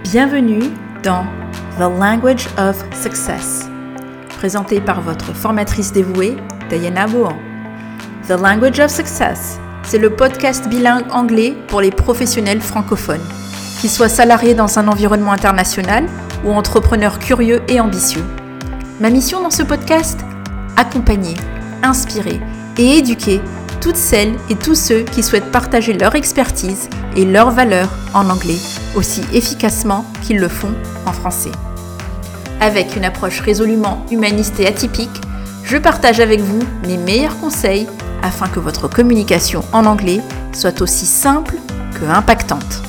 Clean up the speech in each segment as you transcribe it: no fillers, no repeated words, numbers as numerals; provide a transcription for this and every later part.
Bienvenue dans The Language of Success, présenté par votre formatrice dévouée, Diana Bohan. The Language of Success, c'est le podcast bilingue anglais pour les professionnels francophones, qu'ils soient salariés dans un environnement international ou entrepreneurs curieux et ambitieux. Ma mission dans ce podcast ? Accompagner, inspirer et éduquer toutes celles et tous ceux qui souhaitent partager leur expertise et leurs valeurs en anglais aussi efficacement qu'ils le font en français. Avec une approche résolument humaniste et atypique, je partage avec vous mes meilleurs conseils afin que votre communication en anglais soit aussi simple que impactante.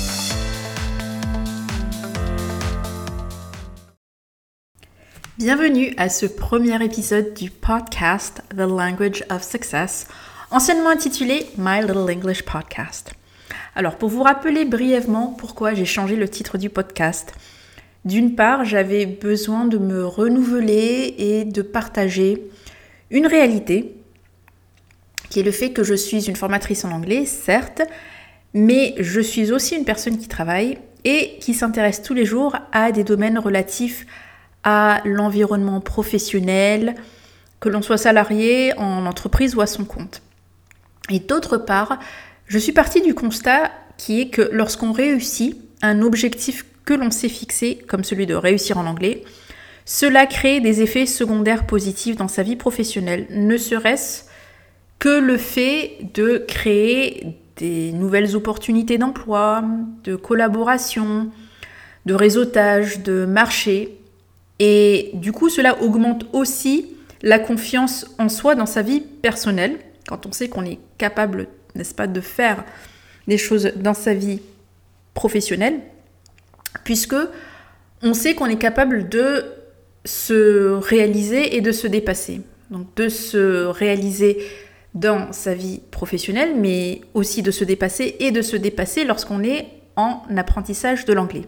Bienvenue à ce premier épisode du podcast The Language of Success, anciennement intitulé My Little English Podcast. Alors, pour vous rappeler brièvement pourquoi j'ai changé le titre du podcast, d'une part, j'avais besoin de me renouveler et de partager une réalité, qui est le fait que je suis une formatrice en anglais, certes, mais je suis aussi une personne qui travaille et qui s'intéresse tous les jours à des domaines relatifs à l'environnement professionnel, que l'on soit salarié en entreprise ou à son compte. Et d'autre part, je suis partie du constat qui est que lorsqu'on réussit un objectif que l'on s'est fixé, comme celui de réussir en anglais, cela crée des effets secondaires positifs dans sa vie professionnelle, ne serait-ce que le fait de créer des nouvelles opportunités d'emploi, de collaboration, de réseautage, de marché. Et du coup, cela augmente aussi la confiance en soi dans sa vie personnelle, quand on sait qu'on est capable, n'est-ce pas, de faire des choses dans sa vie professionnelle, puisque on sait qu'on est capable de se réaliser et de se dépasser. Donc de se réaliser dans sa vie professionnelle, mais aussi de se dépasser et de se dépasser lorsqu'on est en apprentissage de l'anglais.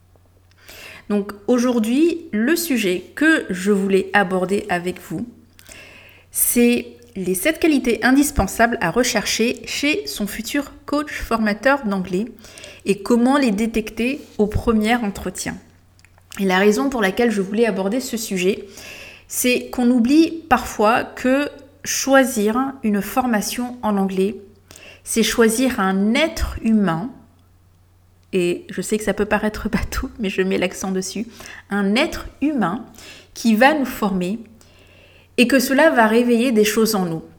Donc aujourd'hui, le sujet que je voulais aborder avec vous, c'est les 7 qualités indispensables à rechercher chez son futur coach formateur d'anglais et comment les détecter au premier entretien. Et la raison pour laquelle je voulais aborder ce sujet, c'est qu'on oublie parfois que choisir une formation en anglais, c'est choisir un être humain. Et je sais que ça peut paraître bateau, mais je mets l'accent dessus. Un être humain qui va nous former et que cela va réveiller des choses en nous.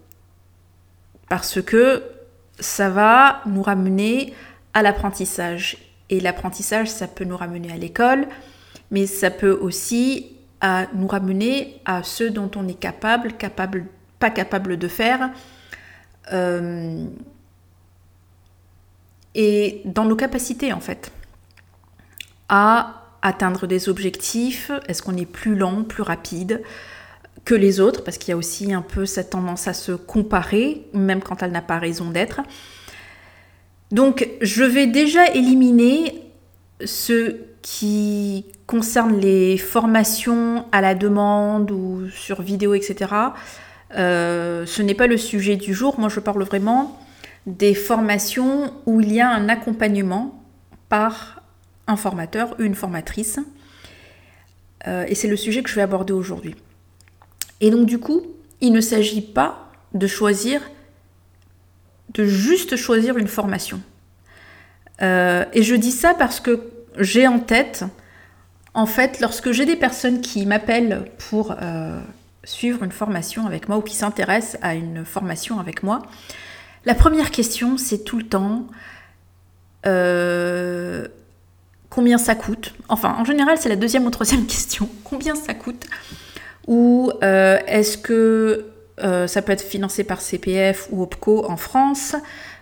Parce que ça va nous ramener à l'apprentissage. Et l'apprentissage, ça peut nous ramener à l'école, mais ça peut aussi nous ramener à ce dont on est capable, pas capable de faire. Et dans nos capacités en fait, à atteindre des objectifs. Est-ce qu'on est plus lent, plus rapide que les autres, parce qu'il y a aussi un peu cette tendance à se comparer, même quand elle n'a pas raison d'être. Donc je vais déjà éliminer ce qui concerne les formations à la demande ou sur vidéo, etc. Ce n'est pas le sujet du jour. Moi je parle vraiment des formations où il y a un accompagnement par un formateur ou une formatrice. Et c'est le sujet que je vais aborder aujourd'hui. Et donc du coup, il ne s'agit pas de juste choisir une formation. Et je dis ça parce que j'ai en tête, en fait, lorsque j'ai des personnes qui m'appellent pour suivre une formation avec moi ou qui s'intéressent à une formation avec moi, la première question, c'est tout le temps combien ça coûte. Enfin, en général, c'est la deuxième ou troisième question. Combien ça coûte ? Ou est-ce que ça peut être financé par CPF ou OPCO en France ?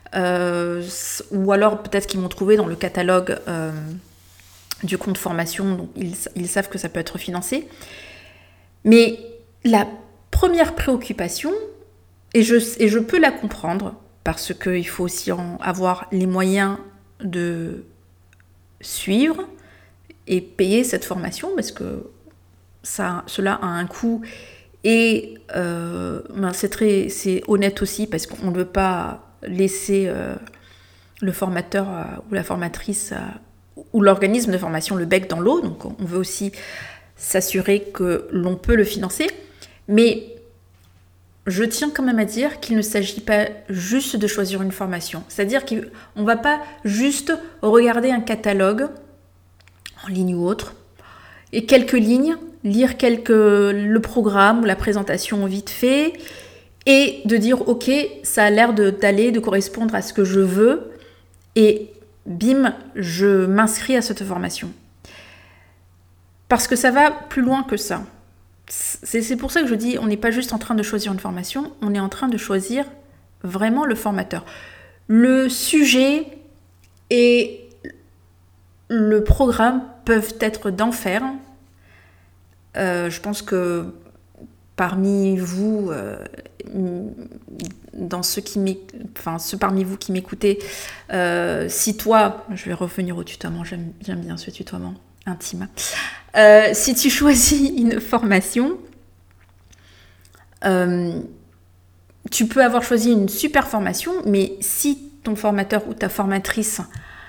Ou alors peut-être qu'ils m'ont trouvé dans le catalogue du compte formation, donc ils savent que ça peut être financé. Mais la première préoccupation, et je peux la comprendre, parce qu'il faut aussi avoir les moyens de suivre et payer cette formation, parce que cela a un coût et c'est honnête aussi, parce qu'on ne veut pas laisser le formateur ou la formatrice ou l'organisme de formation le bec dans l'eau, donc on veut aussi s'assurer que l'on peut le financer, mais je tiens quand même à dire qu'il ne s'agit pas juste de choisir une formation, c'est-à-dire qu'on ne va pas juste regarder un catalogue en ligne ou autre, et quelques lignes, lire le programme ou la présentation vite fait, et de dire ok, ça a l'air de correspondre à ce que je veux, et bim, je m'inscris à cette formation. Parce que ça va plus loin que ça. C'est pour ça que je dis, on n'est pas juste en train de choisir une formation, on est en train de choisir vraiment le formateur. Le sujet et le programme peuvent être d'enfer. Je pense que parmi vous, ceux parmi vous qui m'écoutez, si toi, je vais revenir au tutoiement, j'aime bien ce tutoiement intime. Si tu choisis une formation, tu peux avoir choisi une super formation, mais si ton formateur ou ta formatrice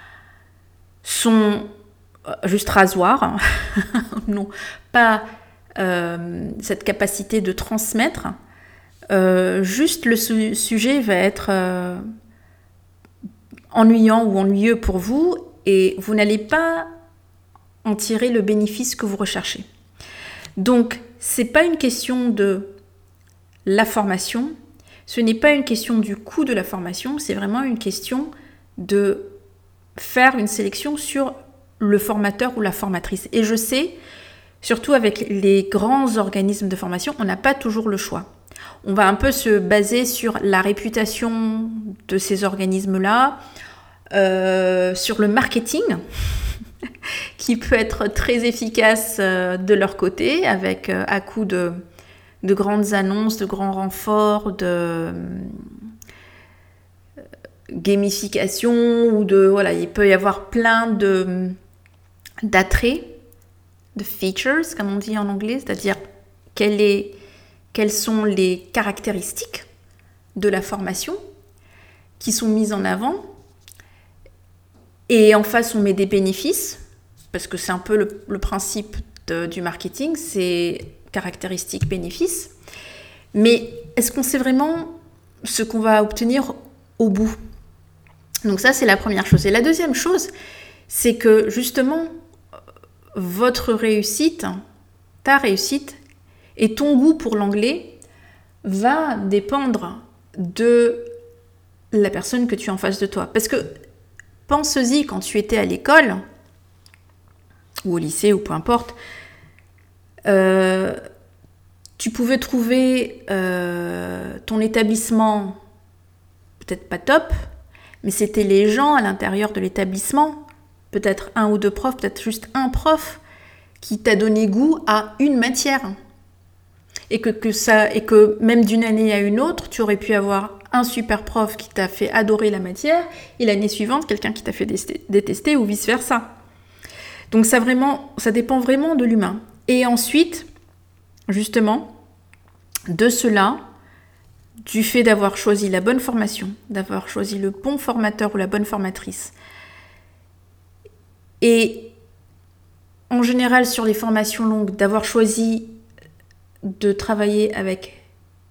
sont juste rasoirs, non, pas cette capacité de transmettre, juste le sujet va être ennuyant ou ennuyeux pour vous et vous n'allez pas en tirer le bénéfice que vous recherchez. Donc, c'est pas une question de la formation, ce n'est pas une question du coût de la formation, c'est vraiment une question de faire une sélection sur le formateur ou la formatrice. Et je sais, surtout avec les grands organismes de formation, on n'a pas toujours le choix. On va un peu se baser sur la réputation de ces organismes-là, sur le marketing, qui peut être très efficace de leur côté, avec à coup de grandes annonces, de grands renforts, de gamification, ou il peut y avoir plein d'attraits, de features, comme on dit en anglais, c'est-à-dire quelles sont les caractéristiques de la formation qui sont mises en avant. Et en face, on met des bénéfices, parce que c'est un peu le principe du marketing, c'est caractéristiques, bénéfices. Mais est-ce qu'on sait vraiment ce qu'on va obtenir au bout ? Donc ça, c'est la première chose. Et la deuxième chose, c'est que justement, votre réussite, ta réussite et ton goût pour l'anglais va dépendre de la personne que tu as en face de toi. Parce que pense-y, quand tu étais à l'école, ou au lycée, ou peu importe, tu pouvais trouver ton établissement peut-être pas top, mais c'était les gens à l'intérieur de l'établissement, peut-être un ou deux profs, peut-être juste un prof, qui t'a donné goût à une matière. Et que même d'une année à une autre, tu aurais pu avoir un super prof qui t'a fait adorer la matière, et l'année suivante, quelqu'un qui t'a fait détester, ou vice-versa. Donc ça dépend vraiment de l'humain. Et ensuite, justement, de cela, du fait d'avoir choisi la bonne formation, d'avoir choisi le bon formateur ou la bonne formatrice. Et en général, sur les formations longues, d'avoir choisi de travailler avec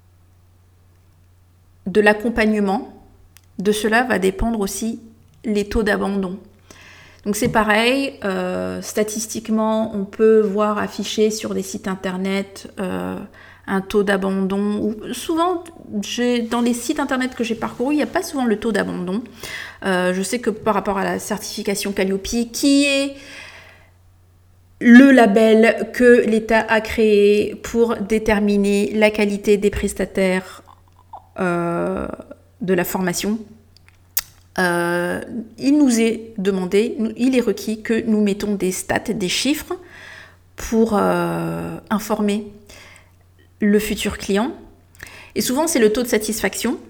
de l'accompagnement, de cela va dépendre aussi les taux d'abandon. Donc c'est pareil, statistiquement, on peut voir affiché sur des sites internet un taux d'abandon. Ou souvent, dans les sites internet que j'ai parcourus, il n'y a pas souvent le taux d'abandon. Je sais que par rapport à la certification Calliope, qui est le label que l'État a créé pour déterminer la qualité des prestataires de la formation, il nous est demandé, il est requis que nous mettons des stats, des chiffres pour informer le futur client. Et souvent, c'est le taux de satisfaction.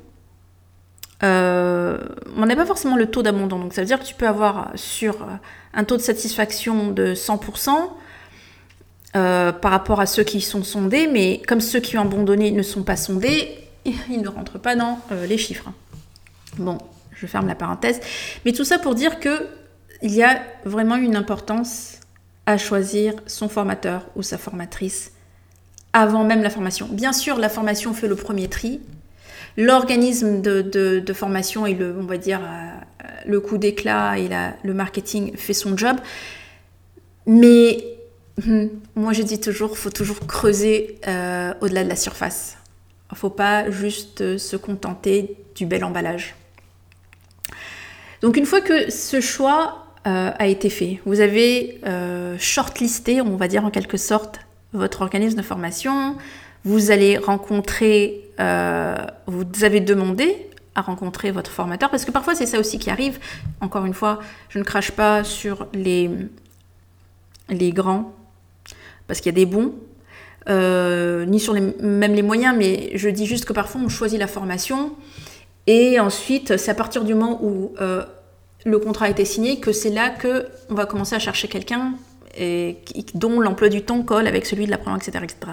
On n'a pas forcément le taux d'abandon. Donc, ça veut dire que tu peux avoir sur un taux de satisfaction de 100% par rapport à ceux qui sont sondés. Mais comme ceux qui ont abandonné ne sont pas sondés, ils ne rentrent pas dans les chiffres. Bon, je ferme la parenthèse. Mais tout ça pour dire que il y a vraiment une importance à choisir son formateur ou sa formatrice avant même la formation. Bien sûr, la formation fait le premier tri. L'organisme de formation et on va dire, le coup d'éclat et le marketing fait son job. Mais moi, je dis toujours, il faut toujours creuser au-delà de la surface. Il ne faut pas juste se contenter du bel emballage. Donc, une fois que ce choix a été fait, vous avez shortlisté, on va dire en quelque sorte, votre organisme de formation. Vous allez rencontrer, vous avez demandé à rencontrer votre formateur, parce que parfois c'est ça aussi qui arrive. Encore une fois, je ne crache pas sur les grands, parce qu'il y a des bons, ni sur même les moyens, mais je dis juste que parfois on choisit la formation, et ensuite c'est à partir du moment où le contrat a été signé que c'est là qu'on va commencer à chercher quelqu'un dont l'emploi du temps colle avec celui de l'apprenant, etc., etc.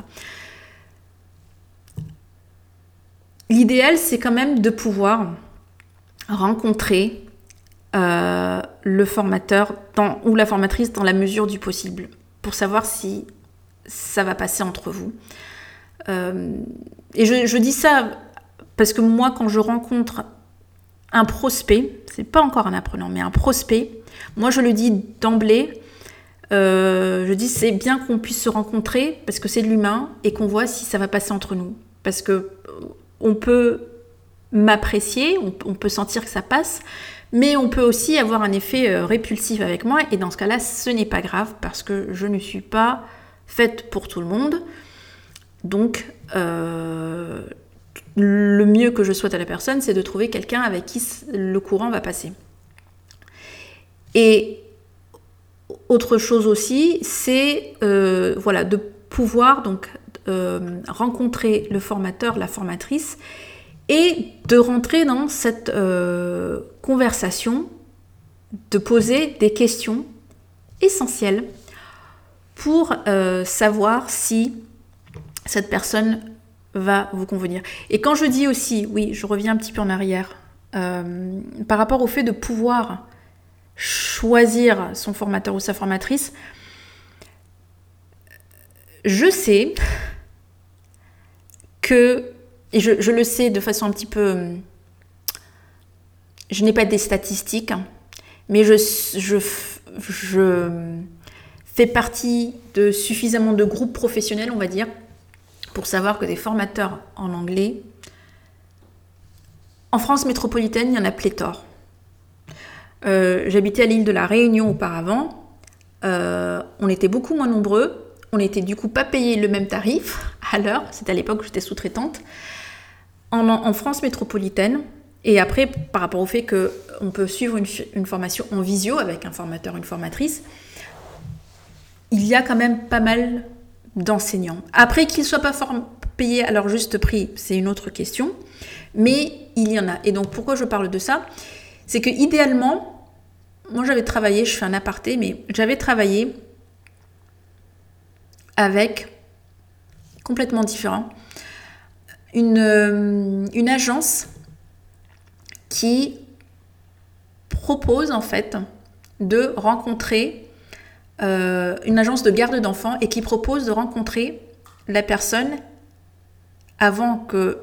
L'idéal, c'est quand même de pouvoir rencontrer le formateur ou la formatrice dans la mesure du possible, pour savoir si ça va passer entre vous. Et je dis ça parce que moi, quand je rencontre un prospect, c'est pas encore un apprenant, mais un prospect, moi je le dis d'emblée, je dis c'est bien qu'on puisse se rencontrer parce que c'est de l'humain et qu'on voit si ça va passer entre nous. Parce que on peut m'apprécier, on peut sentir que ça passe, mais on peut aussi avoir un effet répulsif avec moi, et dans ce cas-là, ce n'est pas grave, parce que je ne suis pas faite pour tout le monde. Donc, le mieux que je souhaite à la personne, c'est de trouver quelqu'un avec qui le courant va passer. Et autre chose aussi, c'est de pouvoir donc rencontrer le formateur, la formatrice, et de rentrer dans cette conversation, de poser des questions essentielles pour savoir si cette personne va vous convenir. Et quand je dis aussi, oui, je reviens un petit peu en arrière, par rapport au fait de pouvoir choisir son formateur ou sa formatrice, je sais que, et je le sais de façon un petit peu, je n'ai pas des statistiques, mais je fais partie de suffisamment de groupes professionnels, on va dire, pour savoir que des formateurs en anglais, en France métropolitaine, il y en a pléthore. J'habitais à l'île de la Réunion auparavant, on était beaucoup moins nombreux, on n'était du coup pas payé le même tarif à l'heure, c'était à l'époque où j'étais sous-traitante. En France métropolitaine, et après par rapport au fait qu'on peut suivre une formation en visio avec un formateur, une formatrice, il y a quand même pas mal d'enseignants. Après qu'ils ne soient pas payés à leur juste prix, c'est une autre question, mais il y en a. Et donc pourquoi je parle de ça ? C'est que idéalement, moi j'avais travaillé, je fais un aparté, mais j'avais travaillé avec, complètement différent, une agence qui propose en fait de rencontrer, une agence de garde d'enfants, et qui propose de rencontrer la personne avant que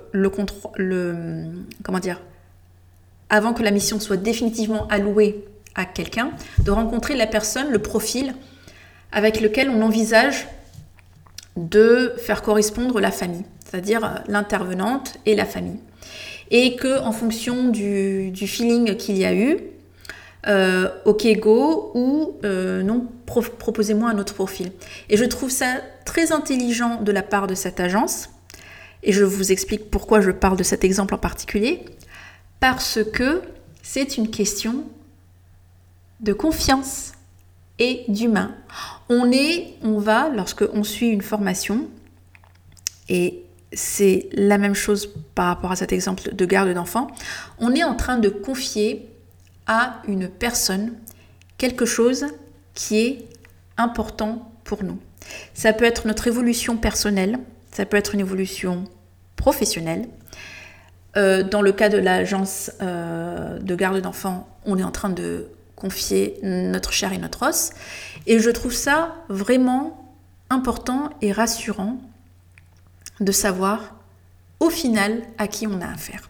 avant que la mission soit définitivement allouée à quelqu'un, de rencontrer la personne, le profil avec lequel on envisage de faire correspondre la famille, c'est-à-dire l'intervenante et la famille. Et qu'en fonction du feeling qu'il y a eu, ok go, ou non, proposez-moi un autre profil. Et je trouve ça très intelligent de la part de cette agence, et je vous explique pourquoi je parle de cet exemple en particulier, parce que c'est une question de confiance et d'humain. On va, lorsqu'on suit une formation, et c'est la même chose par rapport à cet exemple de garde d'enfants, on est en train de confier à une personne quelque chose qui est important pour nous. Ça peut être notre évolution personnelle, ça peut être une évolution professionnelle. Dans le cas de l'agence de garde d'enfants, on est en train de confier notre chair et notre os. Et je trouve ça vraiment important et rassurant de savoir au final à qui on a affaire.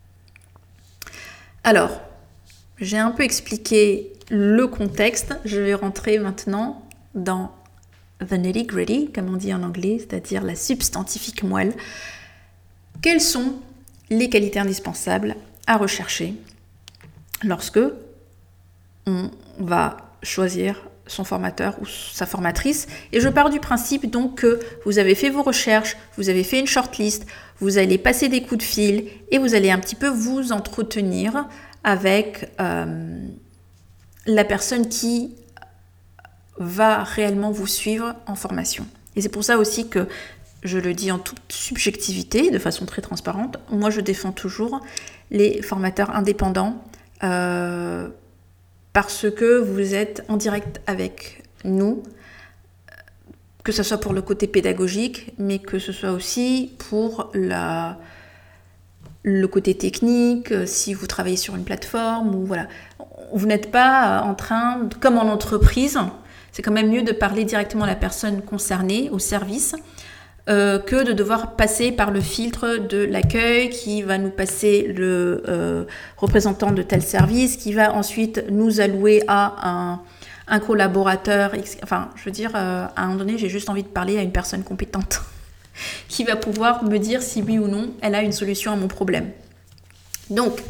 Alors, j'ai un peu expliqué le contexte. Je vais rentrer maintenant dans the nitty-gritty, comme on dit en anglais, c'est-à-dire la substantifique moelle. Quelles sont les qualités indispensables à rechercher lorsque on va choisir son formateur ou sa formatrice? Et je pars du principe donc que vous avez fait vos recherches, vous avez fait une shortlist, vous allez passer des coups de fil et vous allez un petit peu vous entretenir avec la personne qui va réellement vous suivre en formation. Et c'est pour ça aussi que je le dis en toute subjectivité, de façon très transparente, moi je défends toujours les formateurs indépendants parce que vous êtes en direct avec nous, que ce soit pour le côté pédagogique, mais que ce soit aussi pour le côté technique, si vous travaillez sur une plateforme, ou voilà. Vous n'êtes pas en train, comme en entreprise, c'est quand même mieux de parler directement à la personne concernée, au service, que de devoir passer par le filtre de l'accueil qui va nous passer le représentant de tel service, qui va ensuite nous allouer à un collaborateur. Enfin, je veux dire, à un moment donné, j'ai juste envie de parler à une personne compétente qui va pouvoir me dire si oui ou non elle a une solution à mon problème. Donc,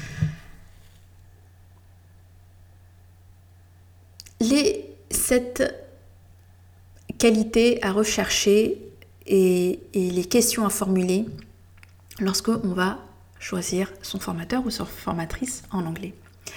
cette qualité à rechercher et les questions à formuler lorsqu'on va choisir son formateur ou sa formatrice en anglais.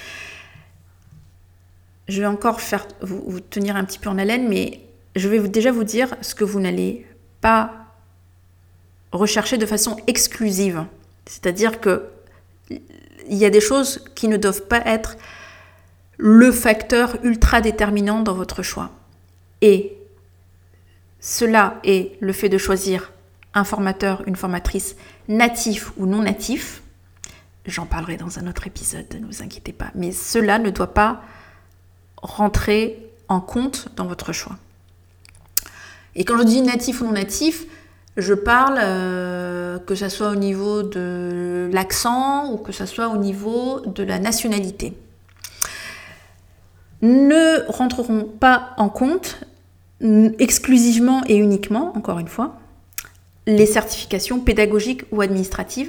Je vais encore vous tenir un petit peu en haleine, mais je vais déjà vous dire ce que vous n'allez pas rechercher de façon exclusive. C'est-à-dire que il y a des choses qui ne doivent pas être le facteur ultra déterminant dans votre choix. Et cela est le fait de choisir un formateur, une formatrice natif ou non natif. J'en parlerai dans un autre épisode, ne vous inquiétez pas. Mais cela ne doit pas rentrer en compte dans votre choix. Et quand je dis natif ou non natif, je parle que ça soit au niveau de l'accent ou que ça soit au niveau de la nationalité. Ne rentreront pas en compte exclusivement et uniquement, encore une fois, les certifications pédagogiques ou administratives.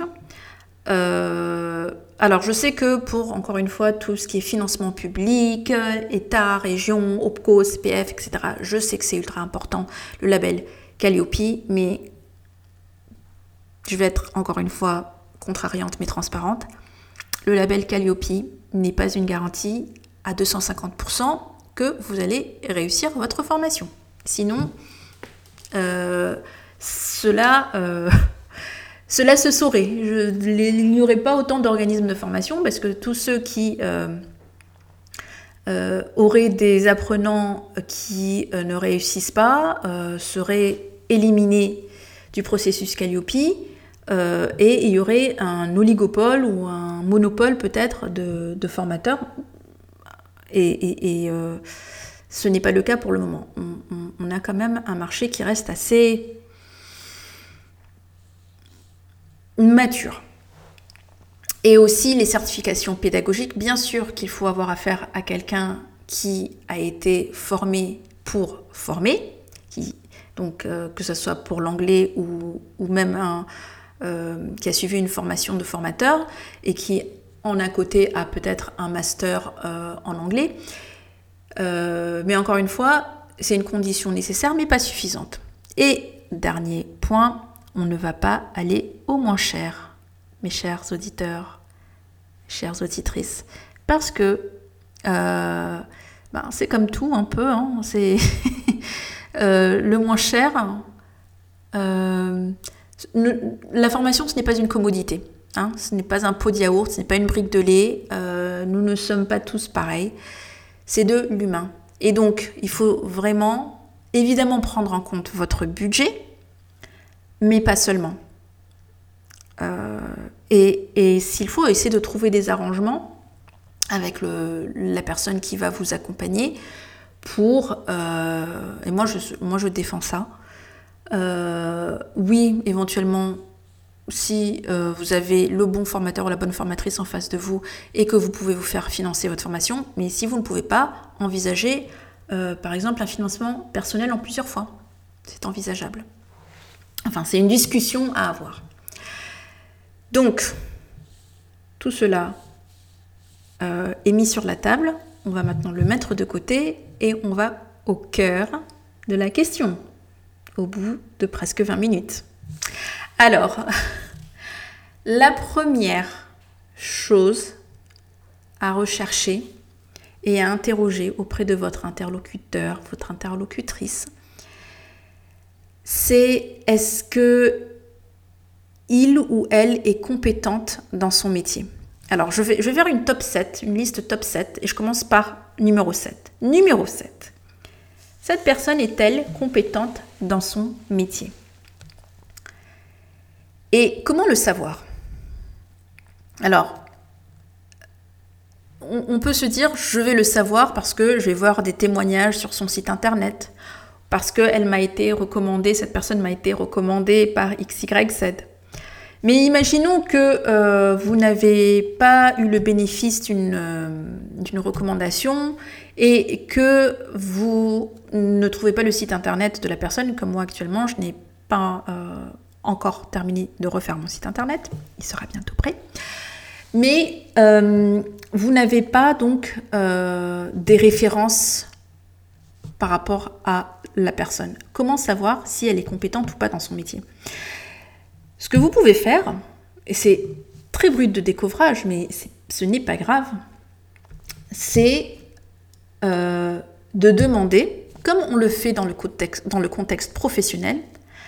Alors je sais que pour, encore une fois, tout ce qui est financement public, État, région, OPCO, CPF, etc., je sais que c'est ultra important, le label Calliope, mais je vais être, encore une fois, contrariante mais transparente. Le label Calliope n'est pas une garantie à 250% que vous allez réussir votre formation. Sinon, cela se saurait. Il n'y aurait pas autant d'organismes de formation parce que tous ceux qui auraient des apprenants qui ne réussissent pas seraient éliminés du processus Calliope et il y aurait un oligopole ou un monopole peut-être de formateurs. Et ce n'est pas le cas pour le moment. On a quand même un marché qui reste assez mature. Et aussi les certifications pédagogiques, bien sûr qu'il faut avoir affaire à quelqu'un qui a été formé pour former, donc que ce soit pour l'anglais ou même qui a suivi une formation de formateur et qui en un côté a peut-être un master en anglais. Mais encore une fois, c'est une condition nécessaire mais pas suffisante. Et dernier point, on ne va pas aller au moins cher, mes chers auditeurs, chères auditrices, parce que c'est comme tout un peu, hein, c'est le moins cher. La formation, ce n'est pas une commodité. Hein, ce n'est pas un pot de yaourt, ce n'est pas une brique de lait, nous ne sommes pas tous pareils, c'est de l'humain. Et donc, il faut vraiment, évidemment, prendre en compte votre budget, mais pas seulement. Et s'il faut essayer de trouver des arrangements avec la personne qui va vous accompagner pour... et moi, je défends ça. Oui, éventuellement, si vous avez le bon formateur ou la bonne formatrice en face de vous et que vous pouvez vous faire financer votre formation, mais si vous ne pouvez pas, envisagez par exemple un financement personnel en plusieurs fois. C'est envisageable. Enfin, c'est une discussion à avoir. Donc, tout cela est mis sur la table. On va maintenant le mettre de côté et on va au cœur de la question, au bout de presque 20 minutes. Alors, la première chose à rechercher et à interroger auprès de votre interlocuteur, votre interlocutrice, c'est est-ce que il ou elle est compétente dans son métier. Alors, je vais faire une top 7, une liste top 7, et je commence par numéro 7. Numéro 7. Cette personne est-elle compétente dans son métier ? Et comment le savoir ? Alors, on peut se dire, je vais le savoir parce que je vais voir des témoignages sur son site internet, parce que cette personne m'a été recommandée par XYZ. Mais imaginons que vous n'avez pas eu le bénéfice d'une recommandation et que vous ne trouvez pas le site internet de la personne, comme moi actuellement, je n'ai pas encore terminé de refaire mon site internet, il sera bientôt prêt. Mais vous n'avez pas donc des références par rapport à la personne. Comment savoir si elle est compétente ou pas dans son métier ? Ce que vous pouvez faire, et c'est très brut de découvrage, mais ce n'est pas grave, c'est de demander, comme on le fait dans le contexte professionnel.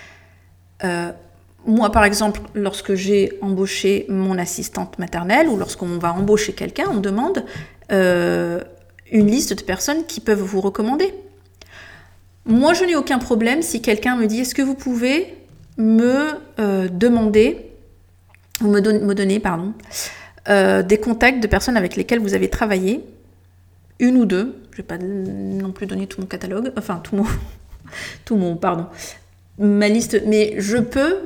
Moi, par exemple, lorsque j'ai embauché mon assistante maternelle ou lorsqu'on va embaucher quelqu'un, on demande une liste de personnes qui peuvent vous recommander. Moi, je n'ai aucun problème si quelqu'un me dit « Est-ce que vous pouvez me donner des contacts de personnes avec lesquelles vous avez travaillé, une ou deux, je ne vais pas non plus donner tout mon catalogue, enfin ma liste, mais je peux,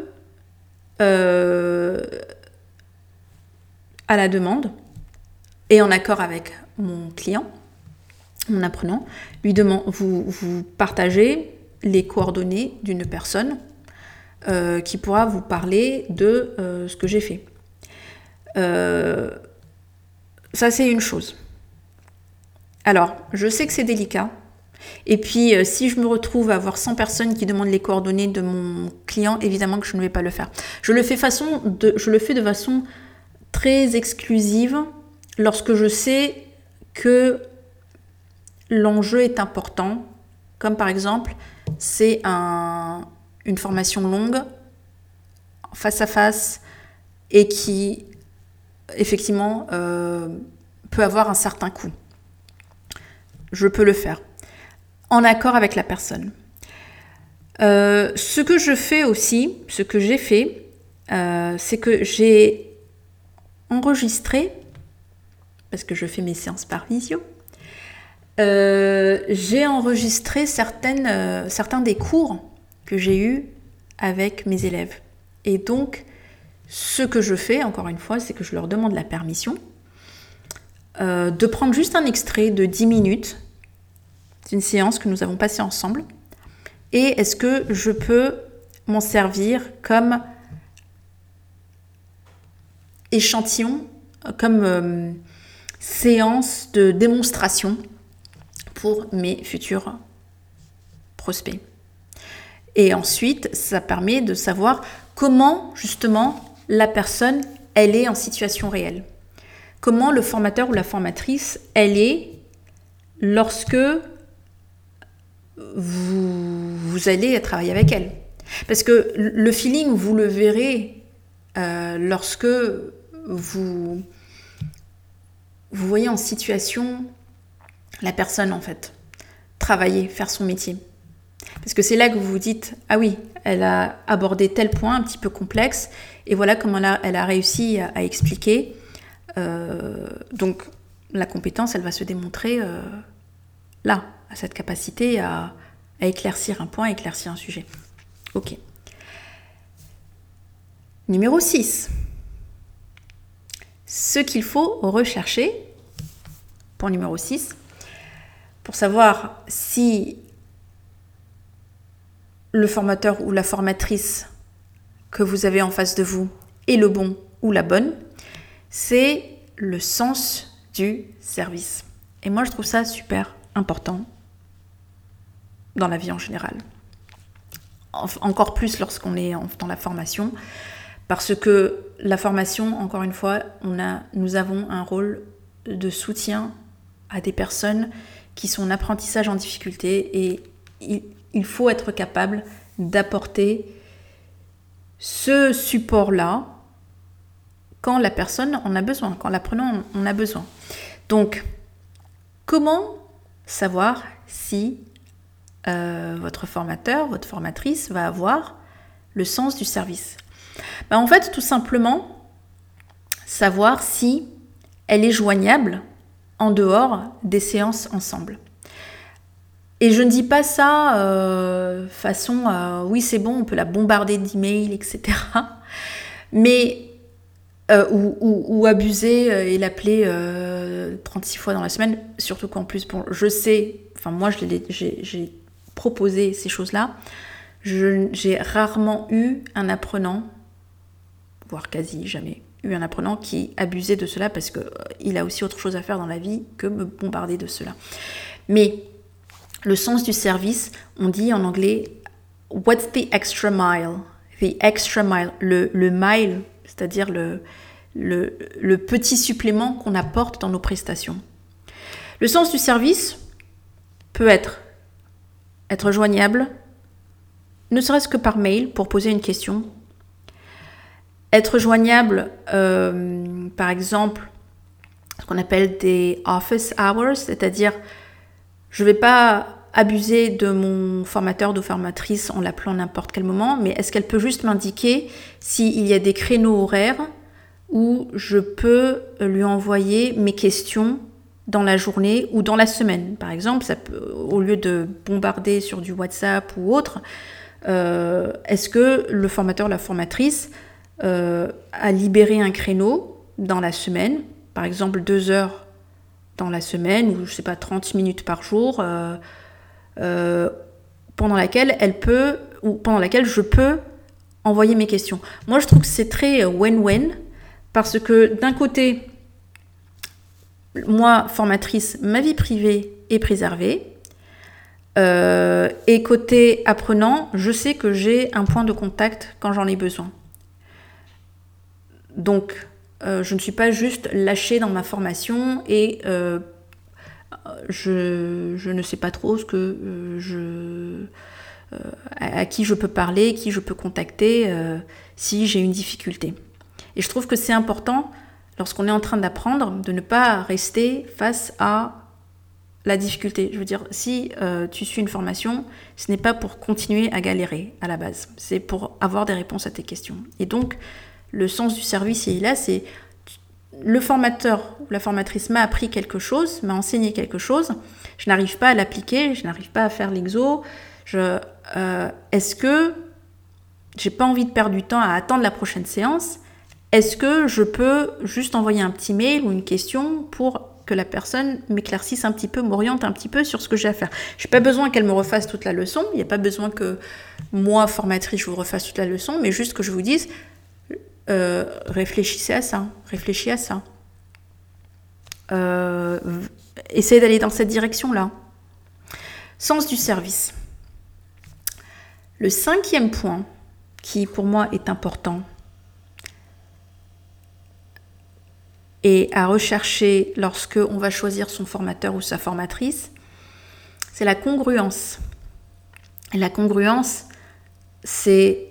à la demande, et en accord avec mon client, mon apprenant, vous partagez les coordonnées d'une personne qui pourra vous parler de ce que j'ai fait. Ça, c'est une chose. Alors, je sais que c'est délicat. Et puis, si je me retrouve à avoir 100 personnes qui demandent les coordonnées de mon client, évidemment que je ne vais pas le faire. Je le fais de façon très exclusive lorsque je sais que l'enjeu est important. Comme par exemple, c'est une formation longue, face à face, et qui, effectivement, peut avoir un certain coût. Je peux le faire, en accord avec la personne. Ce que j'ai fait, c'est que j'ai enregistré, parce que je fais mes séances par visio, j'ai enregistré certains des cours que j'ai eus avec mes élèves. Et donc, ce que je fais, encore une fois, c'est que je leur demande la permission de prendre juste un extrait de 10 minutes d'une séance que nous avons passée ensemble. Et est-ce que je peux m'en servir comme échantillon, comme séance de démonstration pour mes futurs prospects. Et ensuite, ça permet de savoir comment, justement, la personne, elle est en situation réelle. Comment le formateur ou la formatrice, elle est lorsque vous allez travailler avec elle. Parce que le feeling, vous le verrez lorsque vous voyez en situation la personne, en fait, travailler, faire son métier. Parce que c'est là que vous vous dites, ah oui, elle a abordé tel point un petit peu complexe, et voilà comment elle a réussi à expliquer. Donc, la compétence, elle va se démontrer là, à cette capacité à éclaircir un point, à éclaircir un sujet. Ok. Numéro 6. Ce qu'il faut rechercher, point numéro 6, pour savoir si le formateur ou la formatrice que vous avez en face de vous est le bon ou la bonne, c'est le sens du service. Et moi, je trouve ça super important dans la vie en général. Encore plus lorsqu'on est dans la formation, parce que la formation, encore une fois, nous avons un rôle de soutien à des personnes qui sont en apprentissage en difficulté et il faut être capable d'apporter ce support-là quand la personne en a besoin, quand l'apprenant en a besoin. Donc, comment savoir si votre formateur, votre formatrice va avoir le sens du service? En fait, tout simplement, savoir si elle est joignable en dehors des séances ensemble. Et je ne dis pas ça façon oui c'est bon, on peut la bombarder d'emails, etc. Mais ou abuser et l'appeler 36 fois dans la semaine, surtout qu'en plus, bon, je sais, enfin moi j'ai proposé ces choses-là, j'ai rarement eu un apprenant, voire quasi jamais, eu un apprenant qui abusait de cela parce qu'il a aussi autre chose à faire dans la vie que me bombarder de cela. Mais le sens du service, on dit en anglais « what's the extra mile ?» The extra mile, le mile, c'est-à-dire le petit supplément qu'on apporte dans nos prestations. Le sens du service peut être joignable, ne serait-ce que par mail pour poser une question. Être joignable, par exemple, ce qu'on appelle des office hours, c'est-à-dire je ne vais pas abuser de mon formateur, de formatrice en l'appelant à n'importe quel moment, mais est-ce qu'elle peut juste m'indiquer s'il y a des créneaux horaires où je peux lui envoyer mes questions dans la journée ou dans la semaine. Par exemple, ça peut, au lieu de bombarder sur du WhatsApp ou autre, est-ce que le formateur ou la formatrice a libéré un créneau dans la semaine, par exemple 2 heures dans la semaine, ou je sais pas, 30 minutes par jour, pendant laquelle je peux envoyer mes questions. Moi, je trouve que c'est très win-win, parce que d'un côté, moi, formatrice, ma vie privée est préservée, et côté apprenant, je sais que j'ai un point de contact quand j'en ai besoin. Donc, je ne suis pas juste lâchée dans ma formation et je ne sais pas trop ce que à qui je peux parler, qui je peux contacter si j'ai une difficulté. Et je trouve que c'est important, lorsqu'on est en train d'apprendre, de ne pas rester face à la difficulté. Je veux dire, si tu suis une formation, ce n'est pas pour continuer à galérer à la base. C'est pour avoir des réponses à tes questions. Et donc, le sens du service, il est là, c'est le formateur ou la formatrice m'a appris quelque chose, m'a enseigné quelque chose, je n'arrive pas à l'appliquer, je n'arrive pas à faire l'exo, est-ce que j'ai pas envie de perdre du temps à attendre la prochaine séance? Est-ce que je peux juste envoyer un petit mail ou une question pour que la personne m'éclaircisse un petit peu, m'oriente un petit peu sur ce que j'ai à faire? Je n'ai pas besoin qu'elle me refasse toute la leçon, il n'y a pas besoin que moi, formatrice, je vous refasse toute la leçon, mais juste que je vous dise, réfléchissez à ça, réfléchis à ça. Essayez d'aller dans cette direction-là. Sens du service. Le 5e point, qui pour moi est important, et à rechercher lorsque on va choisir son formateur ou sa formatrice, c'est la congruence. Et la congruence, c'est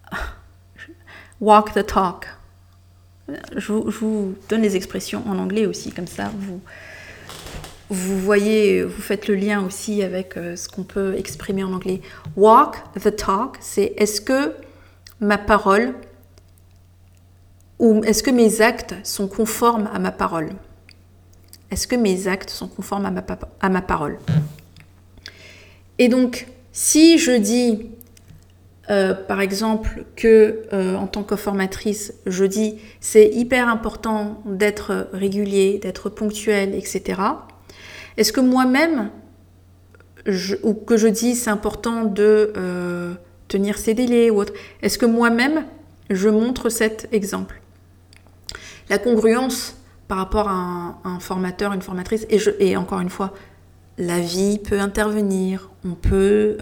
walk the talk. Je vous donne les expressions en anglais aussi, comme ça vous voyez, vous faites le lien aussi avec ce qu'on peut exprimer en anglais. Walk the talk, c'est est-ce que ma parole ou est-ce que mes actes sont conformes à ma parole? Est-ce que mes actes sont conformes à ma parole? Et donc, si je dis, par exemple, que en tant que formatrice, je dis c'est hyper important d'être régulier, d'être ponctuel, etc. Est-ce que moi-même, ou que je dis c'est important de tenir ses délais ou autre, est-ce que moi-même, je montre cet exemple? La congruence par rapport à un formateur, une formatrice, et encore une fois, la vie peut intervenir, on peut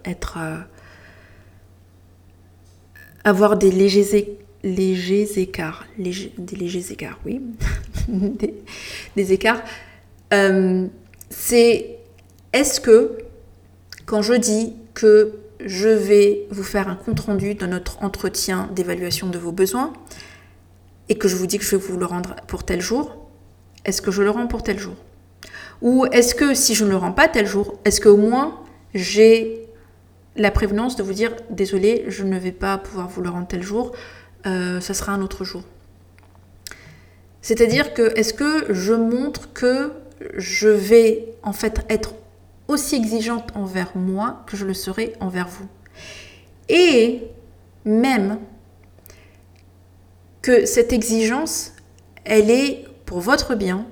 avoir des légers écarts, oui, des écarts. Est-ce que quand je dis que je vais vous faire un compte-rendu de notre entretien d'évaluation de vos besoins et que je vous dis que je vais vous le rendre pour tel jour, est-ce que je le rends pour tel jour? Ou est-ce que si je ne le rends pas tel jour, est-ce qu'au moins j'ai la prévenance de vous dire « Désolé, je ne vais pas pouvoir vous le rendre tel jour, ça sera un autre jour ». C'est-à-dire que est-ce que je montre que je vais en fait être aussi exigeante envers moi que je le serai envers vous. Et même que cette exigence, elle est pour votre bien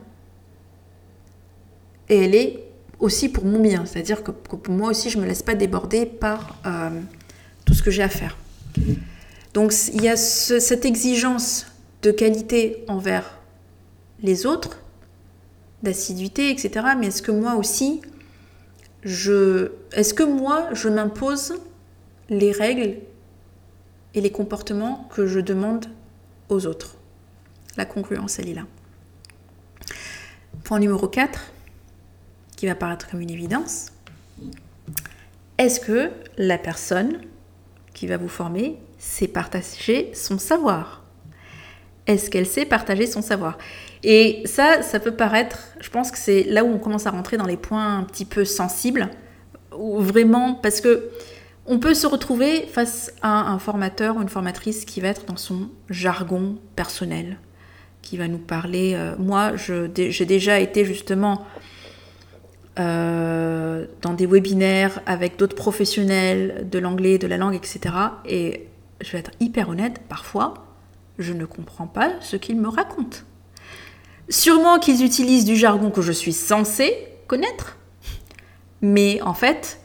et elle est aussi pour mon bien. C'est-à-dire que moi aussi, je ne me laisse pas déborder par tout ce que j'ai à faire. Donc, il y a cette exigence de qualité envers les autres, d'assiduité, etc. Mais est-ce que moi aussi, est-ce que moi, je m'impose les règles et les comportements que je demande aux autres? La congruence, elle est là. Point numéro 4, qui va paraître comme une évidence. Est-ce que la personne qui va vous former sait partager son savoir? Est-ce qu'elle sait partager son savoir? Et ça peut paraître, je pense que c'est là où on commence à rentrer dans les points un petit peu sensibles, où vraiment, parce que on peut se retrouver face à un formateur ou une formatrice qui va être dans son jargon personnel, qui va nous parler. Moi, j'ai déjà été justement dans des webinaires avec d'autres professionnels de l'anglais, de la langue, etc. Et je vais être hyper honnête, parfois, je ne comprends pas ce qu'ils me racontent. Sûrement qu'ils utilisent du jargon que je suis censée connaître, mais en fait,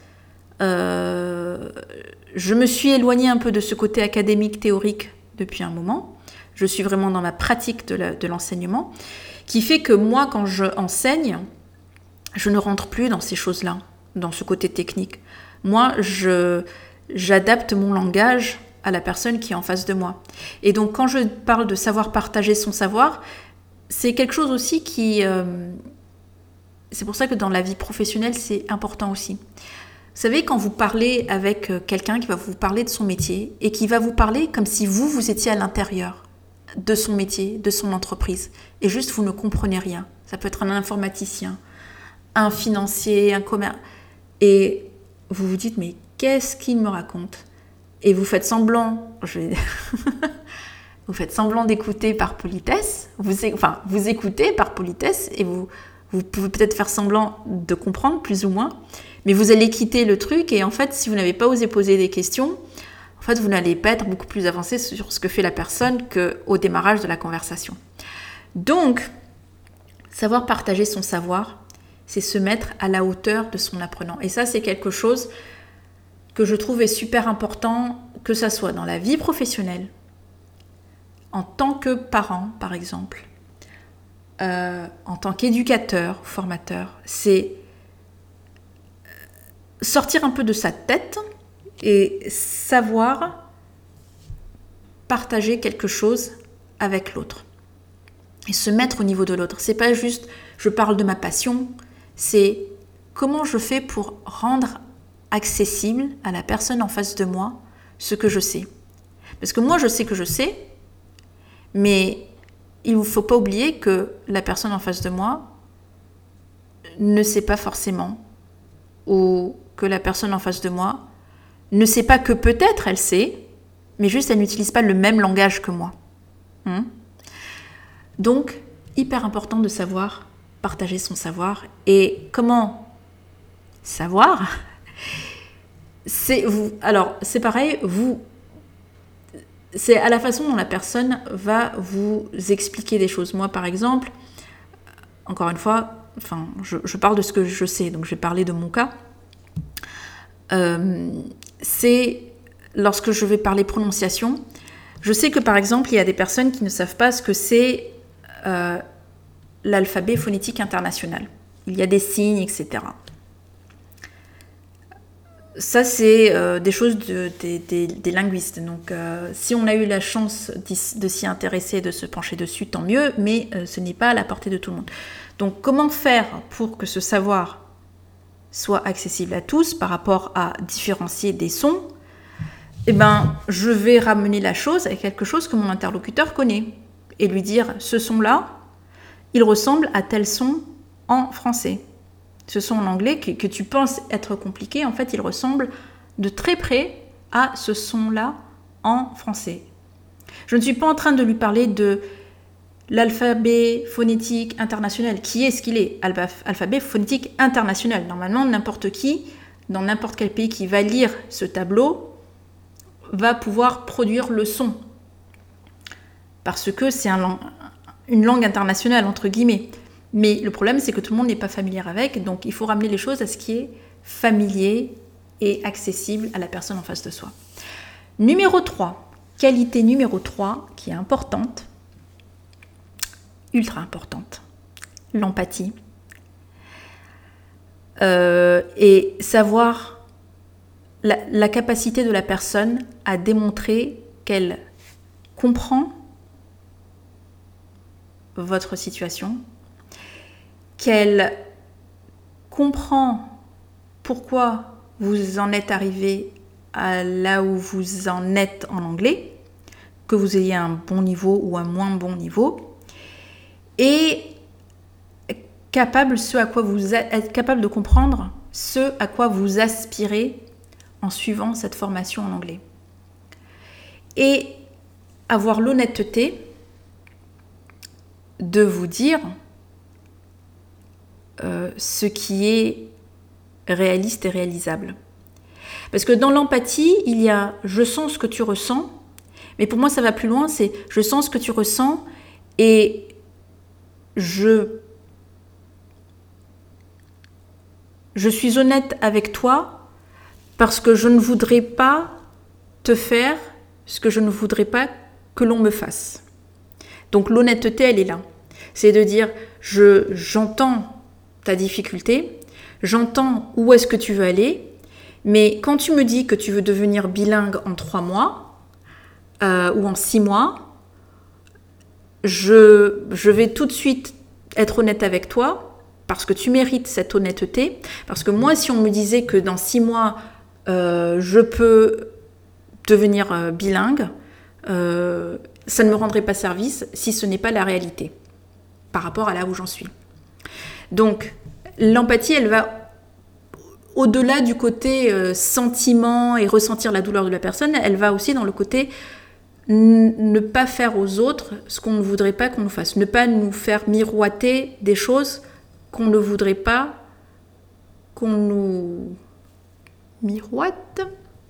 je me suis éloignée un peu de ce côté académique, théorique depuis un moment. Je suis vraiment dans ma pratique de l'enseignement, qui fait que moi, quand je enseigne, je ne rentre plus dans ces choses-là, dans ce côté technique. Moi, j'adapte mon langage à la personne qui est en face de moi. Et donc, quand je parle de savoir partager son savoir, c'est quelque chose aussi qui... c'est pour ça que dans la vie professionnelle, c'est important aussi. Vous savez, quand vous parlez avec quelqu'un qui va vous parler de son métier et qui va vous parler comme si vous étiez à l'intérieur de son métier, de son entreprise, et juste vous ne comprenez rien. Ça peut être un informaticien, un financier, un commerce. Et vous vous dites, mais qu'est-ce qu'il me raconte? Et vous faites semblant, vous faites semblant d'écouter par politesse, vous écoutez par politesse et vous pouvez peut-être faire semblant de comprendre plus ou moins, mais vous allez quitter le truc et en fait, si vous n'avez pas osé poser des questions, en fait, vous n'allez pas être beaucoup plus avancé sur ce que fait la personne qu'au démarrage de la conversation. Donc, savoir partager son savoir, c'est se mettre à la hauteur de son apprenant. Et ça, c'est quelque chose que je trouve est super important, que ça soit dans la vie professionnelle, en tant que parent, par exemple, en tant qu'éducateur, formateur, c'est sortir un peu de sa tête et savoir partager quelque chose avec l'autre et se mettre au niveau de l'autre. C'est pas juste je parle de ma passion, c'est comment je fais pour rendre accessible à la personne en face de moi ce que je sais. Parce que moi, je sais que je sais, mais il ne faut pas oublier que la personne en face de moi ne sait pas forcément, ou que la personne en face de moi ne sait pas que peut-être elle sait, mais juste elle n'utilise pas le même langage que moi. Donc, hyper important de savoir partager son savoir. Et comment savoir ? C'est pareil, c'est à la façon dont la personne va vous expliquer des choses. Moi, par exemple, encore une fois, je parle de ce que je sais, donc je vais parler de mon cas. C'est lorsque je vais parler prononciation, je sais que par exemple, il y a des personnes qui ne savent pas ce que c'est l'alphabet phonétique international. Il y a des signes, etc. Ça, c'est des choses des linguistes. Donc, si on a eu la chance de s'y intéresser, de se pencher dessus, tant mieux, mais ce n'est pas à la portée de tout le monde. Donc, comment faire pour que ce savoir soit accessible à tous par rapport à différencier des sons ? Eh bien, je vais ramener la chose à quelque chose que mon interlocuteur connaît et lui dire, ce son-là, il ressemble à tel son en français. Ce son en anglais que tu penses être compliqué, en fait, il ressemble de très près à ce son-là en français. Je ne suis pas en train de lui parler de l'alphabet phonétique international. Qui est ce qu'il est ? Alphabet phonétique international. Normalement, n'importe qui, dans n'importe quel pays qui va lire ce tableau, va pouvoir produire le son. Parce que c'est une langue internationale, entre guillemets. Mais le problème, c'est que tout le monde n'est pas familier avec, donc il faut ramener les choses à ce qui est familier et accessible à la personne en face de soi. Numéro 3, qualité numéro 3, qui est importante, ultra importante, l'empathie. Et savoir la capacité de la personne à démontrer qu'elle comprend votre situation, qu'elle comprend pourquoi vous en êtes arrivé à là où vous en êtes en anglais, que vous ayez un bon niveau ou un moins bon niveau, et capable être capable de comprendre ce à quoi vous aspirez en suivant cette formation en anglais. Et avoir l'honnêteté de vous dire ce qui est réaliste et réalisable. Parce que dans l'empathie, il y a « je sens ce que tu ressens », mais pour moi ça va plus loin, c'est « je sens ce que tu ressens et je suis honnête avec toi parce que je ne voudrais pas te faire ce que je ne voudrais pas que l'on me fasse ». Donc l'honnêteté, elle est là. C'est de dire « j'entends ta difficulté, j'entends où est-ce que tu veux aller, mais quand tu me dis que tu veux devenir bilingue en 3 mois ou en 6 mois, je vais tout de suite être honnête avec toi parce que tu mérites cette honnêteté, parce que moi, si on me disait que dans 6 mois, je peux devenir bilingue, ça ne me rendrait pas service si ce n'est pas la réalité par rapport à là où j'en suis. Donc, l'empathie, elle va au-delà du côté sentiment et ressentir la douleur de la personne, elle va aussi dans le côté ne pas faire aux autres ce qu'on ne voudrait pas qu'on nous fasse, ne pas nous faire miroiter des choses qu'on ne voudrait pas qu'on nous miroite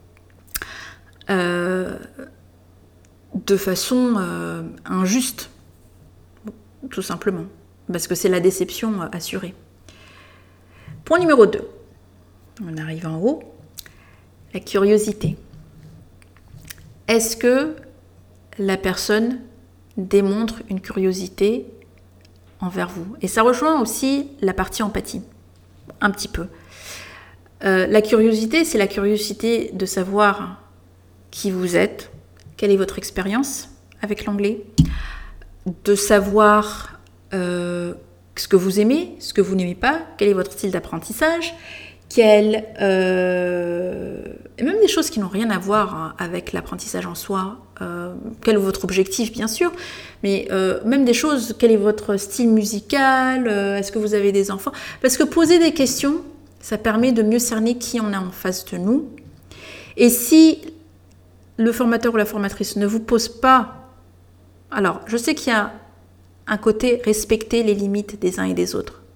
de façon injuste, tout simplement. Parce que c'est la déception assurée. Point numéro 2. On arrive en haut. La curiosité. Est-ce que la personne démontre une curiosité envers vous ? Et ça rejoint aussi la partie empathie. Un petit peu. La curiosité, c'est la curiosité de savoir qui vous êtes, quelle est votre expérience avec l'anglais, de savoir ce que vous aimez, ce que vous n'aimez pas, quel est votre style d'apprentissage, et même des choses qui n'ont rien à voir avec l'apprentissage en soi, quel est votre objectif bien sûr, mais même des choses, quel est votre style musical, est-ce que vous avez des enfants, parce que poser des questions, ça permet de mieux cerner qui on a en face de nous, et si le formateur ou la formatrice ne vous pose pas, alors je sais qu'il y a un côté respecter les limites des uns et des autres.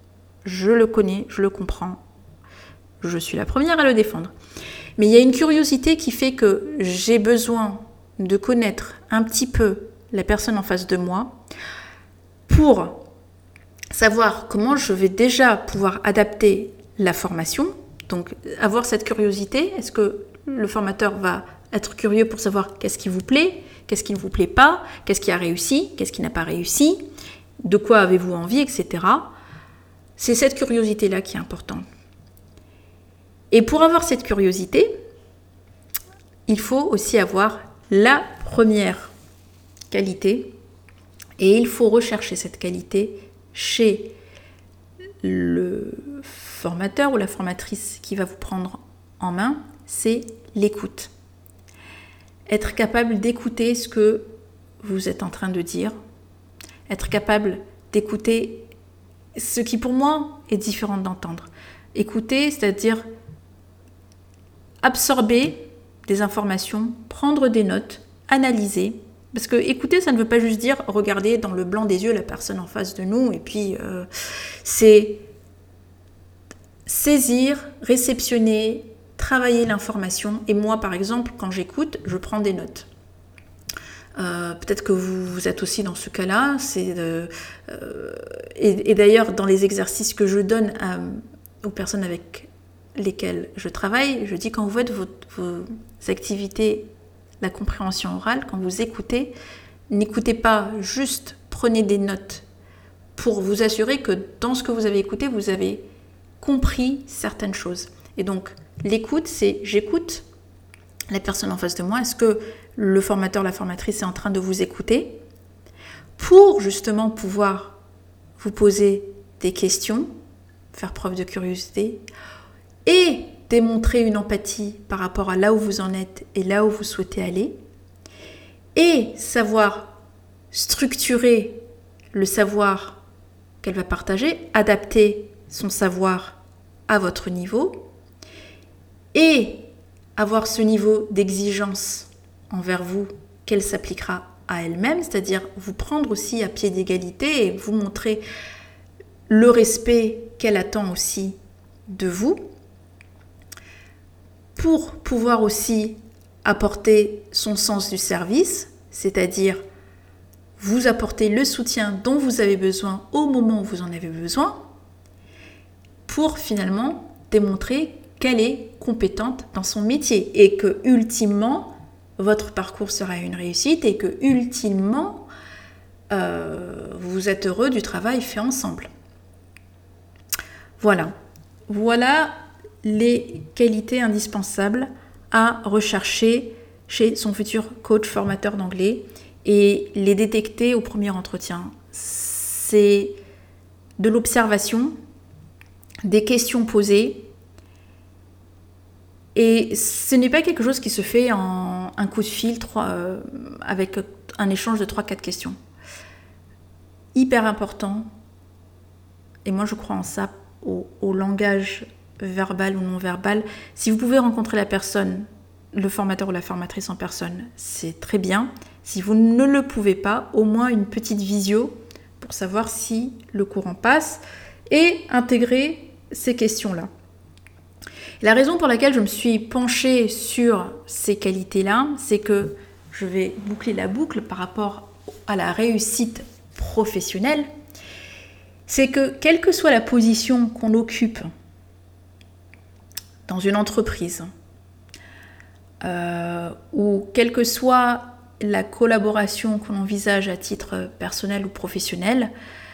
je le connais, je le comprends, je suis la première à le défendre. Mais il y a une curiosité qui fait que j'ai besoin de connaître un petit peu la personne en face de moi pour savoir comment je vais déjà pouvoir adapter la formation. Donc avoir cette curiosité, est-ce que le formateur va être curieux pour savoir qu'est-ce qui vous plaît, qu'est-ce qui ne vous plaît pas, qu'est-ce qui a réussi, qu'est-ce qui n'a pas réussi, de quoi avez-vous envie, etc. C'est cette curiosité-là qui est importante. Et pour avoir cette curiosité, il faut aussi avoir la première qualité et il faut rechercher cette qualité chez le formateur ou la formatrice qui va vous prendre en main, c'est l'écoute. Être capable d'écouter ce que vous êtes en train de dire, être capable d'écouter ce qui pour moi est différent d'entendre. Écouter, c'est-à-dire absorber des informations, prendre des notes, analyser. Parce que écouter, ça ne veut pas juste dire regarder dans le blanc des yeux la personne en face de nous et puis c'est saisir, réceptionner, travailler l'information. Et moi, par exemple, quand j'écoute, je prends des notes. Peut-être que vous êtes aussi dans ce cas-là. Et d'ailleurs, dans les exercices que je donne aux personnes avec lesquelles je travaille, je dis quand vous faites vos activités, la compréhension orale, quand vous écoutez, n'écoutez pas juste, prenez des notes pour vous assurer que dans ce que vous avez écouté, vous avez compris certaines choses. Et donc, l'écoute, c'est j'écoute la personne en face de moi. Est-ce que le formateur, la formatrice est en train de vous écouter pour justement pouvoir vous poser des questions, faire preuve de curiosité et démontrer une empathie par rapport à là où vous en êtes et là où vous souhaitez aller et savoir structurer le savoir qu'elle va partager, adapter son savoir à votre niveau et avoir ce niveau d'exigence envers vous qu'elle s'appliquera à elle-même, c'est-à-dire vous prendre aussi à pied d'égalité et vous montrer le respect qu'elle attend aussi de vous pour pouvoir aussi apporter son sens du service, c'est-à-dire vous apporter le soutien dont vous avez besoin au moment où vous en avez besoin pour finalement démontrer qu'elle est compétente dans son métier et que ultimement votre parcours sera une réussite et que ultimement vous êtes heureux du travail fait ensemble. Voilà les qualités indispensables à rechercher chez son futur coach formateur d'anglais et les détecter au premier entretien. C'est de l'observation, des questions posées et ce n'est pas quelque chose qui se fait en un coup de fil avec un échange de 3-4 questions. Hyper important, et moi je crois en ça, au langage verbal ou non verbal. Si vous pouvez rencontrer la personne, le formateur ou la formatrice en personne, c'est très bien. Si vous ne le pouvez pas, au moins une petite visio pour savoir si le courant passe et intégrer ces questions-là. La raison pour laquelle je me suis penchée sur ces qualités-là, c'est que je vais boucler la boucle par rapport à la réussite professionnelle, c'est que quelle que soit la position qu'on occupe dans une entreprise, ou quelle que soit la collaboration qu'on envisage à titre personnel ou professionnel,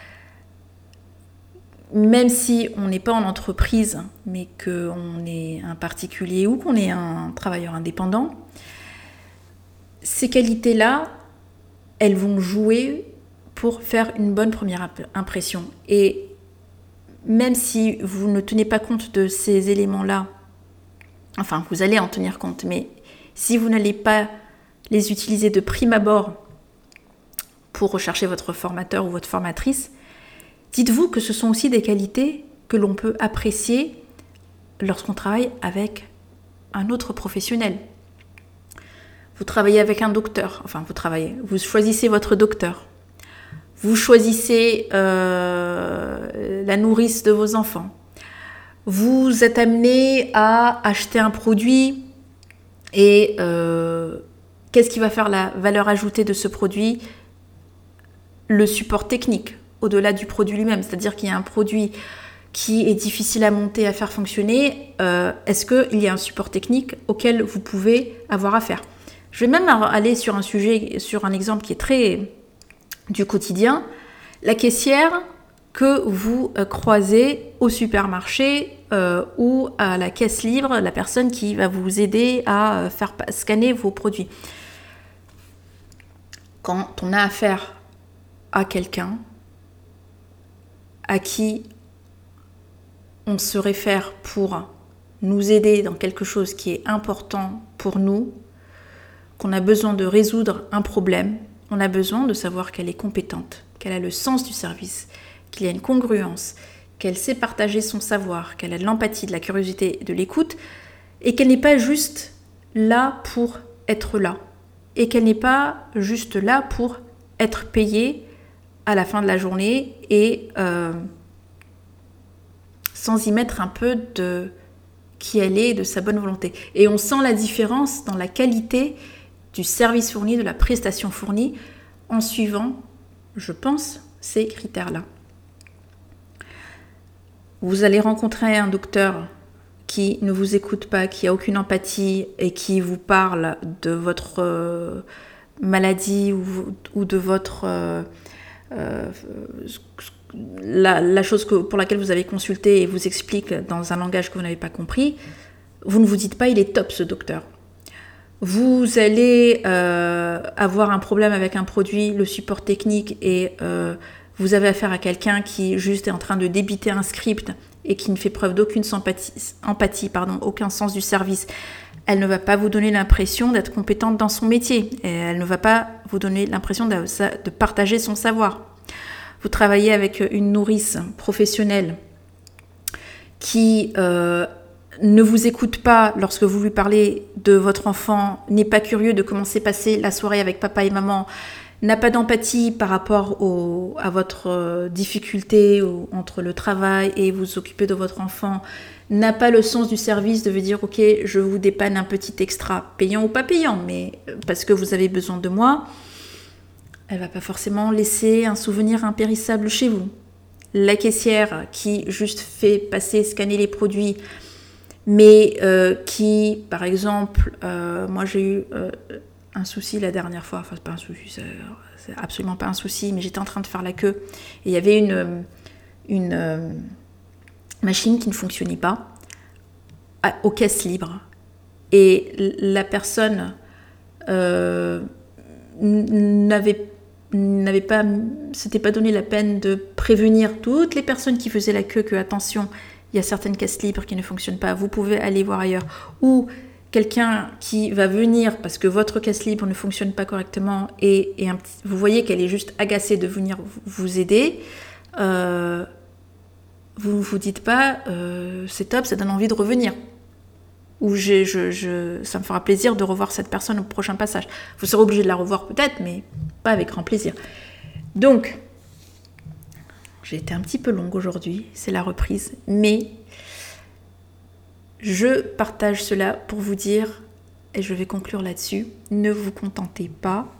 même si on n'est pas en entreprise, mais qu'on est un particulier ou qu'on est un travailleur indépendant, ces qualités-là, elles vont jouer pour faire une bonne première impression. Et même si vous ne tenez pas compte de ces éléments-là, enfin, vous allez en tenir compte, mais si vous n'allez pas les utiliser de prime abord pour rechercher votre formateur ou votre formatrice, dites-vous que ce sont aussi des qualités que l'on peut apprécier lorsqu'on travaille avec un autre professionnel. Vous travaillez avec un docteur, vous choisissez votre docteur. Vous choisissez la nourrice de vos enfants. Vous êtes amené à acheter un produit et qu'est-ce qui va faire la valeur ajoutée de ce produit ? Le support technique, au-delà du produit lui-même. C'est-à-dire qu'il y a un produit qui est difficile à monter, à faire fonctionner. Est-ce qu'il y a un support technique auquel vous pouvez avoir affaire ? Je vais même aller sur un sujet, sur un exemple qui est très du quotidien. La caissière que vous croisez au supermarché ou à la caisse libre, la personne qui va vous aider à faire scanner vos produits. Quand on a affaire à quelqu'un à qui on se réfère pour nous aider dans quelque chose qui est important pour nous, qu'on a besoin de résoudre un problème, on a besoin de savoir qu'elle est compétente, qu'elle a le sens du service, qu'il y a une congruence, qu'elle sait partager son savoir, qu'elle a de l'empathie, de la curiosité, de l'écoute, et qu'elle n'est pas juste là pour être là, et qu'elle n'est pas juste là pour être payée à la fin de la journée et sans y mettre un peu de qui elle est et de sa bonne volonté. Et on sent la différence dans la qualité du service fourni, de la prestation fournie, en suivant, je pense, ces critères-là. Vous allez rencontrer un docteur qui ne vous écoute pas, qui n'a aucune empathie et qui vous parle de votre maladie ou de votre la chose pour laquelle vous avez consulté et vous explique dans un langage que vous n'avez pas compris. Vous ne vous dites pas il est top ce docteur. Vous allez avoir un problème avec un produit, le support technique, et vous avez affaire à quelqu'un qui juste est en train de débiter un script et qui ne fait preuve d'aucune empathie, aucun sens du service. Elle ne va pas vous donner l'impression d'être compétente dans son métier. Et elle ne va pas vous donner l'impression de partager son savoir. Vous travaillez avec une nourrice professionnelle qui ne vous écoute pas lorsque vous lui parlez de votre enfant, n'est pas curieux de comment s'est passée la soirée avec papa et maman, n'a pas d'empathie par rapport à votre difficulté entre le travail et vous occuper de votre enfant, n'a pas le sens du service de vous dire « Ok, je vous dépanne un petit extra, payant ou pas payant, mais parce que vous avez besoin de moi », elle ne va pas forcément laisser un souvenir impérissable chez vous. La caissière qui juste fait passer, scanner les produits, mais qui, par exemple, moi j'ai eu un souci la dernière fois, enfin c'est pas un souci, c'est absolument pas un souci, mais j'étais en train de faire la queue et il y avait une machine qui ne fonctionnait pas aux caisses libres et la personne s'était pas donné la peine de prévenir toutes les personnes qui faisaient la queue que attention, il y a certaines caisses libres qui ne fonctionnent pas, vous pouvez aller voir ailleurs, ou quelqu'un qui va venir parce que votre caisse libre ne fonctionne pas correctement et vous voyez qu'elle est juste agacée de venir vous aider, vous ne vous dites pas c'est top, ça donne envie de revenir. Ou ça me fera plaisir de revoir cette personne au prochain passage. Vous serez obligé de la revoir peut-être, mais pas avec grand plaisir. Donc, j'ai été un petit peu longue aujourd'hui, c'est la reprise, mais je partage cela pour vous dire, et je vais conclure là-dessus, ne vous contentez pas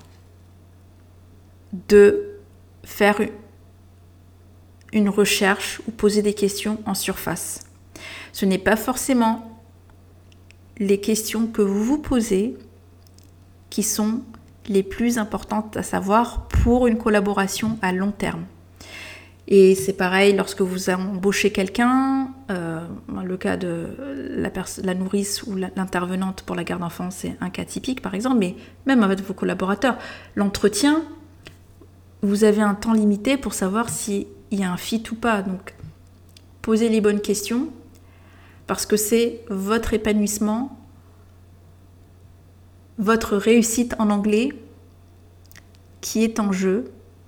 de faire une recherche ou poser des questions en surface. Ce n'est pas forcément les questions que vous vous posez qui sont les plus importantes à savoir pour une collaboration à long terme. Et c'est pareil lorsque vous embauchez quelqu'un, le cas de la nourrice ou l'intervenante pour la garde d'enfants, c'est un cas typique par exemple, mais même avec vos collaborateurs, l'entretien, vous avez un temps limité pour savoir s'il y a un fit ou pas. Donc, posez les bonnes questions parce que c'est votre épanouissement, votre réussite en anglais qui est en jeu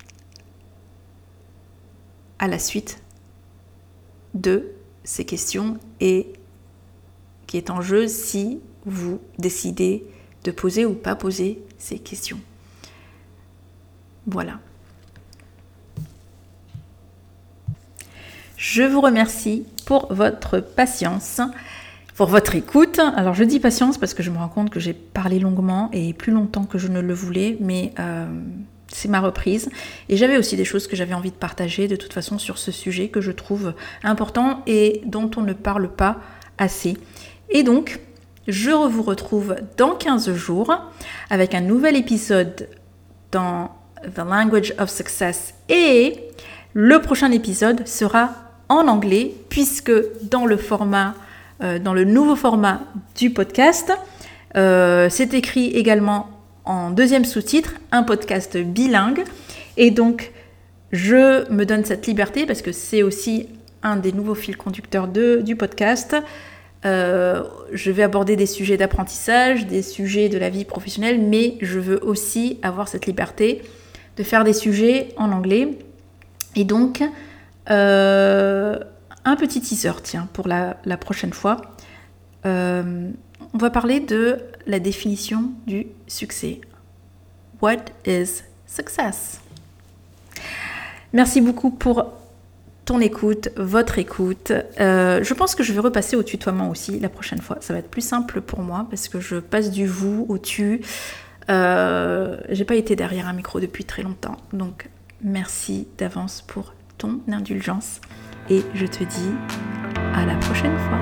à la suite de ces questions et qui est en jeu si vous décidez de poser ou pas poser ces questions. Voilà. Je vous remercie pour votre patience, pour votre écoute. Alors je dis patience parce que je me rends compte que j'ai parlé longuement et plus longtemps que je ne le voulais, mais c'est ma reprise. Et j'avais aussi des choses que j'avais envie de partager de toute façon sur ce sujet que je trouve important et dont on ne parle pas assez. Et donc, je vous retrouve dans 15 jours avec un nouvel épisode dans The Language of Success. Et le prochain épisode sera en anglais puisque dans le nouveau format du podcast, c'est écrit également en deuxième sous-titre, un podcast bilingue. Et donc, je me donne cette liberté parce que c'est aussi un des nouveaux fils conducteurs du podcast. Je vais aborder des sujets d'apprentissage, des sujets de la vie professionnelle, mais je veux aussi avoir cette liberté de faire des sujets en anglais. Et donc, un petit teaser, tiens, pour la prochaine fois. On va parler de la définition du succès. What is success? Merci beaucoup pour ton écoute, votre écoute. Je pense que je vais repasser au tutoiement aussi la prochaine fois. Ça va être plus simple pour moi parce que je passe du vous au tu. J'ai pas été derrière un micro depuis très longtemps. Donc, merci d'avance pour ton indulgence. Et je te dis à la prochaine fois.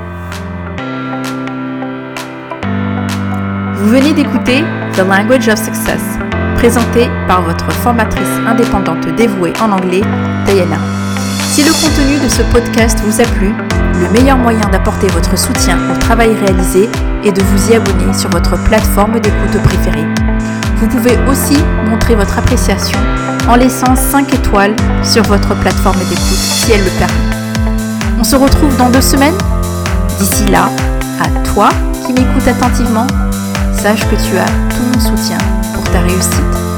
Vous venez d'écouter The Language of Success, présenté par votre formatrice indépendante dévouée en anglais, Diana. Si le contenu de ce podcast vous a plu, le meilleur moyen d'apporter votre soutien au travail réalisé est de vous y abonner sur votre plateforme d'écoute préférée. Vous pouvez aussi montrer votre appréciation en laissant 5 étoiles sur votre plateforme d'écoute si elle le permet. On se retrouve dans 2 semaines. D'ici là, à toi qui m'écoutes attentivement, sache que tu as tout mon soutien pour ta réussite.